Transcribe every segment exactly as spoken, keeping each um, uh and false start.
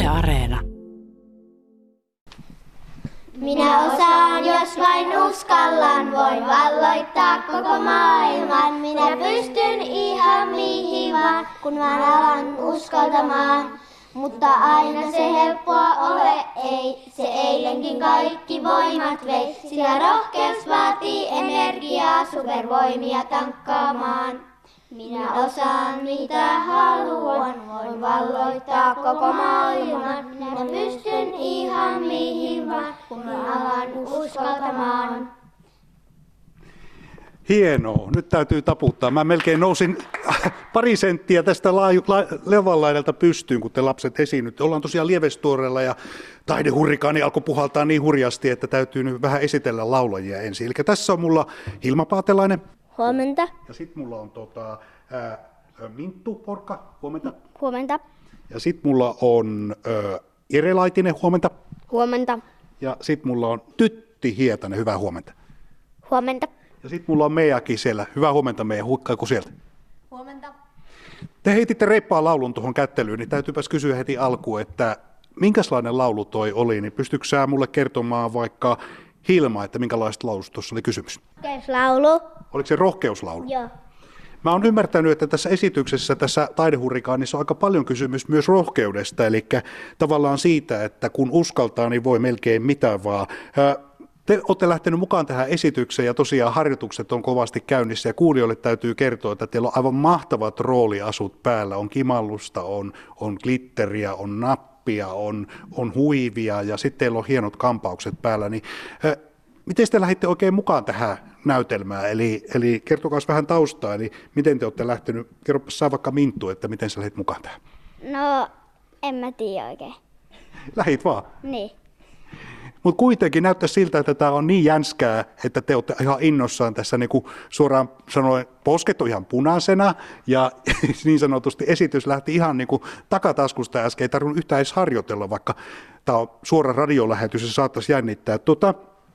Yle Areena. Minä osaan, jos vain uskallan, voin valloittaa koko maailman. Minä pystyn ihan mihin vaan, kun mä alan uskaltamaan. Mutta aina se helppoa ole, ei, se eilenkin kaikki voimat vei. Sillä rohkeus vaatii energiaa, supervoimia tankkaamaan. Minä osaan mitä haluan, voin valloittaa koko maailman. Minä pystyn ihan mihin vaan, kun mä alan uskaltamaan. Hienoa. Nyt täytyy taputtaa. Mä melkein nousin pari senttiä tästä la- la- levan laidalta pystyyn, kun te lapset esiinnytte. Ollaan tosiaan Lievestuoreella ja taidehurrikaani alkoi puhaltaa niin hurjasti, että täytyy nyt vähän esitellä laulajia ensin. Eli tässä on mulla Hilma Paatelainen. Huomenta. Ja sitten mulla on tota, ää, Minttu Porkka. Huomenta. Huomenta. Ja sitten mulla on ää, Jere Laitinen. Huomenta. Huomenta. Ja sitten mulla on Tytti Hietanen. Hyvää huomenta. Huomenta. Ja sitten mulla on Meijakin siellä. Hyvää huomenta Meija. Huikkaako sieltä? Huomenta. Te heititte reippaan laulun tuohon kättelyyn, niin täytyypäs kysyä heti alkuun, että minkälainen laulu toi oli, niin pystytkö sä mulle kertomaan vaikka Hilma, että minkälaista laulusta tuossa oli kysymys? Rohkeuslaulu. Oliko se rohkeuslaulu? Joo. Mä oon ymmärtänyt, että tässä esityksessä, tässä taidehurrikaanissa on aika paljon kysymys myös rohkeudesta, eli tavallaan siitä, että kun uskaltaa, niin voi melkein mitä vaan. Te olette lähtenyt mukaan tähän esitykseen ja tosiaan harjoitukset on kovasti käynnissä ja kuulijoille täytyy kertoa, että teillä on aivan mahtavat rooliasut päällä. On kimallusta, on, on glitteriä, on nappia, on, on huivia ja sitten teillä on hienot kampaukset päällä. Niin, äh, miten te lähditte oikein mukaan tähän näytelmään? Eli, eli kertokaa vähän taustaa, eli miten te olette lähtenyt, kerropa saa vaikka Minttu, että miten sä lähdit mukaan tähän? No, en mä tiedä oikein. Lähit vaan? Niin. Mutta kuitenkin näyttää siltä, että tämä on niin jänskää, että te olette ihan innossaan tässä niin kuin suoraan sanoen, posket on ihan punaisena ja niin sanotusti esitys lähti ihan niin kuin takataskusta äsken, ei tarvinnut yhtään edes harjoitella, vaikka tämä on suora radiolähetys ja saattaisi jännittää. Tota,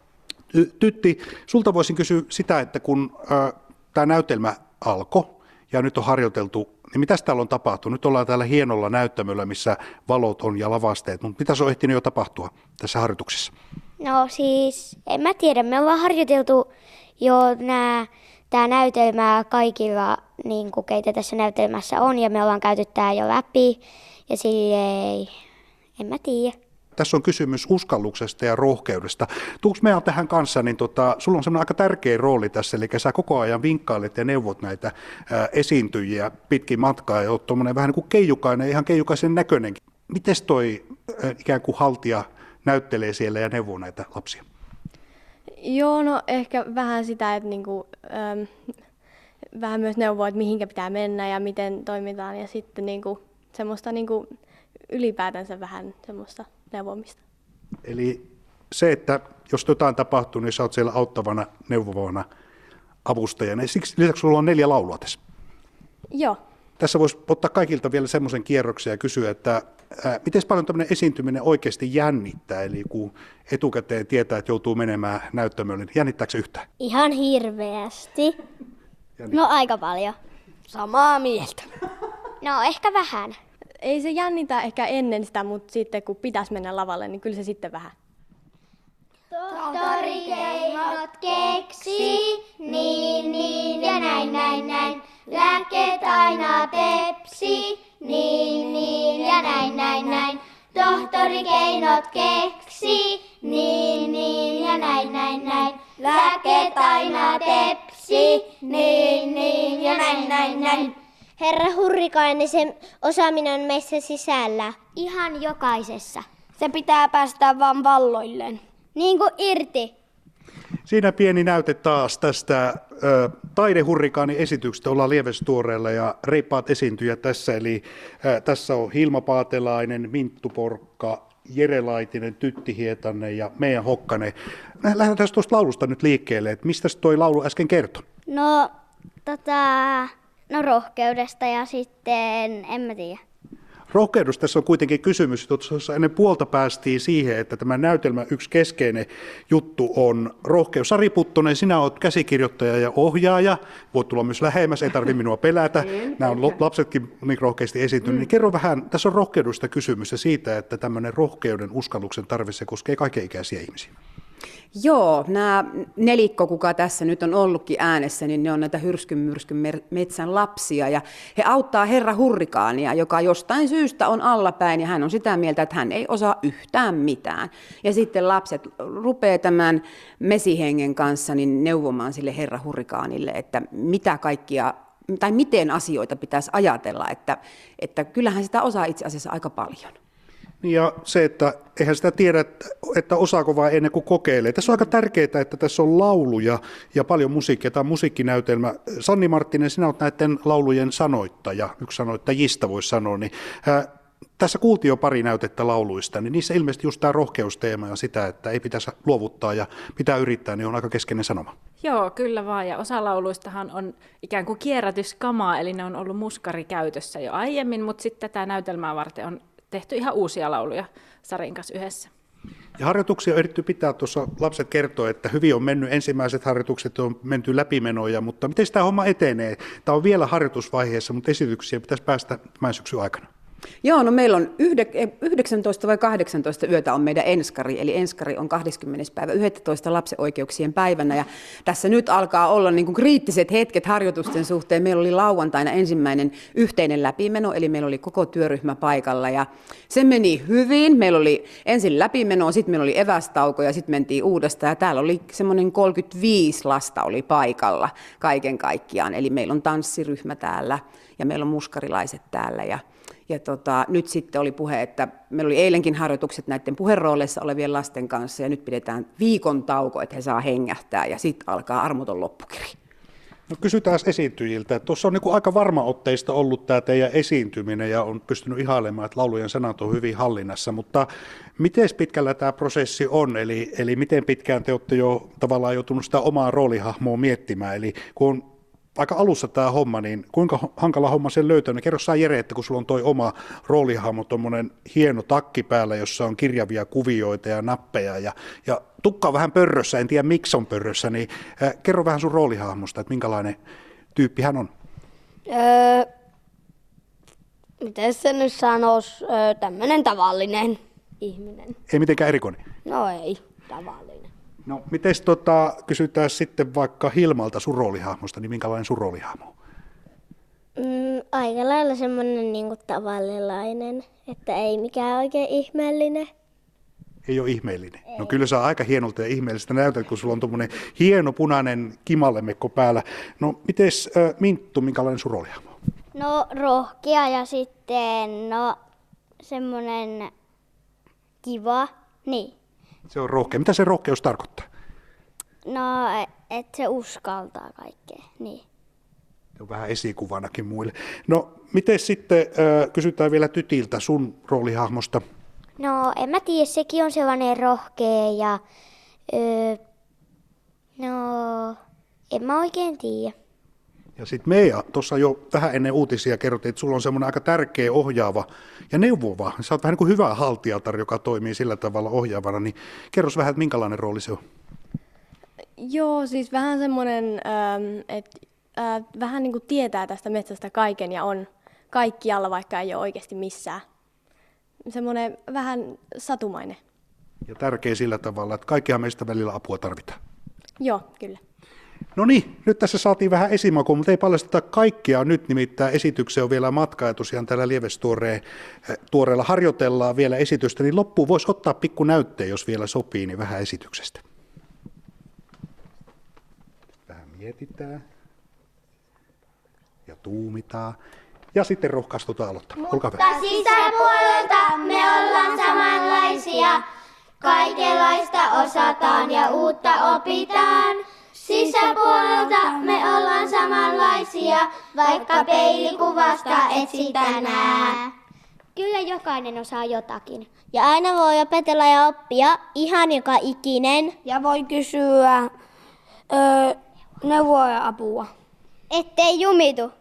Tytti, sulta voisin kysyä sitä, että kun äh, tämä näytelmä alkoi ja nyt on harjoiteltu, niin mitä täällä on tapahtunut? Nyt ollaan täällä hienolla näyttämöllä, missä valot on ja lavasteet, mutta mitä se on ehtinyt jo tapahtua tässä harjoituksessa? No siis, en mä tiedä. Me ollaan harjoiteltu jo nää, tää näytelmää kaikilla, niin kuin keitä tässä näytelmässä on, ja me ollaan käyty tää jo läpi, ja silleen, en mä tiedä. Tässä on kysymys uskalluksesta ja rohkeudesta. Tuuks meidän tähän kanssa, niin tota, sulla on semmoinen aika tärkeä rooli tässä, eli sä koko ajan vinkkailet ja neuvot näitä ää, esiintyjiä pitkin matkaa, ja oot tuommoinen vähän niin kuin keijukainen, ihan keijukaisen näköinenkin. Mites toi ää, ikään kuin haltija näyttelee siellä ja neuvoo näitä lapsia? Joo, no ehkä vähän sitä, että niinku, ähm, vähän myös neuvoa, että mihinkä pitää mennä ja miten toimitaan, ja sitten niinku, semmoista niinku, ylipäätänsä vähän semmoista neuvomista. Eli se, että jos jotain tapahtuu, niin sä oot siellä auttavana, neuvovana avustajana. Siksi lisäksi sulla on neljä laulua tässä. Joo. Tässä voisi ottaa kaikilta vielä semmoisen kierroksen ja kysyä, että ää, miten paljon tämmöinen esiintyminen oikeasti jännittää? Eli kun etukäteen tietää, että joutuu menemään näyttämölle, niin jännittääkö se yhtään? Ihan hirveästi. No aika paljon. Samaa mieltä. No ehkä vähän. Ei se jännitä ehkä ennen sitä, mutta sitten kun pitäisi mennä lavalle, niin kyllä se sitten vähän. Tohtori keinot keksi, niin niin ja näin näin näin. Lääkkeet aina tepsi, niin niin ja näin näin näin. Tohtori keinot keksi, niin niin ja näin näin näin. Lääkkeet aina tepsi, niin niin ja näin näin näin. Herra Hurrikainen, sen osaaminen on meissä sisällä. Ihan jokaisessa. Se pitää päästä vaan valloilleen. Niin kuin irti. Siinä pieni näyte taas tästä ö, taidehurrikaanin esityksestä. Ollaan Lievestuoreella ja reippaat esiintyjät tässä. Eli ö, tässä on Hilma Paatelainen, Minttu Porkka, Jere Laitinen, Tytti Hietanen ja Meija Hokkanen. Lähdetään tuosta laulusta nyt liikkeelle. Että mistä toi laulu äsken kertoi? No, tota, no rohkeudesta ja sitten, en mä tiedä. Rohkeudessa tässä on kuitenkin kysymys, tuossa ennen puolta päästiin siihen, että tämä näytelmä yksi keskeinen juttu on rohkeus. Sari Puttonen, sinä olet käsikirjoittaja ja ohjaaja, voit tulla myös lähemmäs, ei tarvitse minua pelätä, nämä on lapsetkin niin rohkeasti esiintyneet. Niin kerro vähän, tässä on rohkeudesta kysymys ja siitä, että tämmöinen rohkeuden uskalluksen tarve, se koskee kaikenikäisiä ihmisiä. Joo, nämä nelikko, kuka tässä nyt on ollutkin äänessä, niin ne on näitä hyrskyn myrskyn metsän lapsia, ja he auttaa herra Hurrikaania, joka jostain syystä on allapäin, ja hän on sitä mieltä, että hän ei osaa yhtään mitään. Ja sitten lapset rupeaa tämän mesihengen kanssa niin neuvomaan sille herra Hurrikaanille, että mitä kaikkia, tai miten asioita pitäisi ajatella, että, että kyllähän sitä osaa itse asiassa aika paljon. Ja se, että eihän sitä tiedä, että, että osaako vai ennen kuin kokeilee. Tässä on aika tärkeää, että tässä on lauluja ja paljon musiikkia. Tämä on musiikkinäytelmä. Sanni Marttinen, sinä olet näiden laulujen sanoittaja, yksi sanoittajista voisi sanoa. Niin, ää, tässä kuultiin jo pari näytettä lauluista, niin niissä ilmeisesti just tämä rohkeusteema ja sitä, että ei pitäisi luovuttaa ja pitää yrittää, niin on aika keskeinen sanoma. Joo, kyllä vaan. Ja osa lauluistahan on ikään kuin kierrätyskamaa, eli ne on ollut muskarikäytössä jo aiemmin, mutta sitten tätä näytelmää varten on tehty ihan uusia lauluja Sarin kanssa yhdessä. Ja harjoituksia on ehditty pitää, tuossa lapset kertoo, että hyvin on mennyt, ensimmäiset harjoitukset on menty läpimenoja, mutta miten tämä homma etenee? Tämä on vielä harjoitusvaiheessa, mutta esityksiä pitäisi päästä tämän syksyn aikana. Joo, no meillä on yhdeksäntoista vai kahdeksantoista yötä on meidän enskari, eli enskari on kahdeskymmenes päivä yhdentoista lapsen oikeuksien päivänä, ja tässä nyt alkaa olla niin kuin kriittiset hetket harjoitusten suhteen. Meillä oli lauantaina ensimmäinen yhteinen läpimeno, eli meillä oli koko työryhmä paikalla, ja se meni hyvin. Meillä oli ensin läpimeno, sitten meillä oli evästauko, ja sitten mentiin uudestaan, ja täällä oli semmoinen kolmekymmentäviisi lasta oli paikalla kaiken kaikkiaan, eli meillä on tanssiryhmä täällä, ja meillä on muskarilaiset täällä, ja Ja tota, nyt sitten oli puhe, että meillä oli eilenkin harjoitukset näiden puherooleissa olevien lasten kanssa, ja nyt pidetään viikon tauko, että he saa hengähtää, ja sitten alkaa armoton loppukiri. No kysytään esiintyjiltä. Tuossa on niin kuin aika varmaotteista ollut tämä teidän esiintyminen, ja on pystynyt ihailemaan, että laulujen sanat on hyvin hallinnassa, mutta miten pitkällä tämä prosessi on, eli, eli miten pitkään te olette jo tavallaan joutunut sitä omaa roolihahmoa miettimään, eli kun on aika alussa tämä homma, niin kuinka hankala homma sen löytää? No kerro sä Jere, että kun sulla on toi oma roolihahmo, tommonen hieno takki päällä, jossa on kirjavia kuvioita ja nappeja ja, ja tukka on vähän pörrössä, en tiedä miksi on pörrössä, niin äh, kerro vähän sun roolihahmosta, että minkälainen tyyppi hän on? Öö, miten se nyt sanoisi? Öö, tämmöinen tavallinen ihminen. Ei mitenkään erikoinen? No ei, tavallinen. No miten tota, kysytään sitten vaikka Hilmalta sun roolihahmosta, niin minkälainen sun roolihahmo on? Mm, aika lailla semmoinen niin kuin tavallilainen, että ei mikään oikein ihmeellinen. Ei ole ihmeellinen. Ei. No kyllä sä aika hienolta ja ihmeellistä näytät, kun sulla on tuommoinen hieno punainen kimallemekko päällä. No mites äh, Minttu, minkälainen sun roolihahmo on? No rohkea ja sitten no semmoinen kiva, niin. Se on rohkea. Mitä se rohkeus tarkoittaa? No, että se uskaltaa kaikkea, niin. Se on vähän esikuvanakin muille. No, miten sitten, äh, kysytään vielä tytiltä sun roolihahmosta? No, en mä tiedä, sekin on sellainen rohkea ja öö, no, en mä oikein tiedä. Ja sitten Meija, tuossa jo vähän ennen uutisia kerrottiin, että sulla on semmoinen aika tärkeä ohjaava ja neuvova. Sä oot vähän niin kuin hyvä haltijatar, joka toimii sillä tavalla ohjaavana, niin kerros vähän, että minkälainen rooli se on? Joo, siis vähän semmoinen, että vähän niin kuin tietää tästä metsästä kaiken ja on kaikkialla, vaikka ei ole oikeasti missään. Semmoinen vähän satumainen. Ja tärkeä sillä tavalla, että kaikkihan meistä välillä apua tarvitaan. Joo, kyllä. No niin, nyt tässä saatiin vähän esimakua, mutta ei paljasteta kaikkea nyt, nimittäin esitykseen on vielä matka, ja tosiaan täällä Lievestuoreella harjoitellaan vielä esitystä, niin loppuun voisi ottaa pikku näytteen, jos vielä sopii, niin vähän esityksestä. Vähän mietitään ja tuumitaan ja sitten rohkaistutaan aloittamaan. Olkaa hyvä. Mutta sisäpuolelta me ollaan samanlaisia, kaikenlaista osataan ja uutta opitaan. Sisäpuolelta me ollaan samanlaisia, vaikka peilikuvasta et sitä näe. Kyllä jokainen osaa jotakin. Ja aina voi opetella ja oppia, ihan joka ikinen. Ja voi kysyä öö, neuvoa ja apua. Ettei jumitu.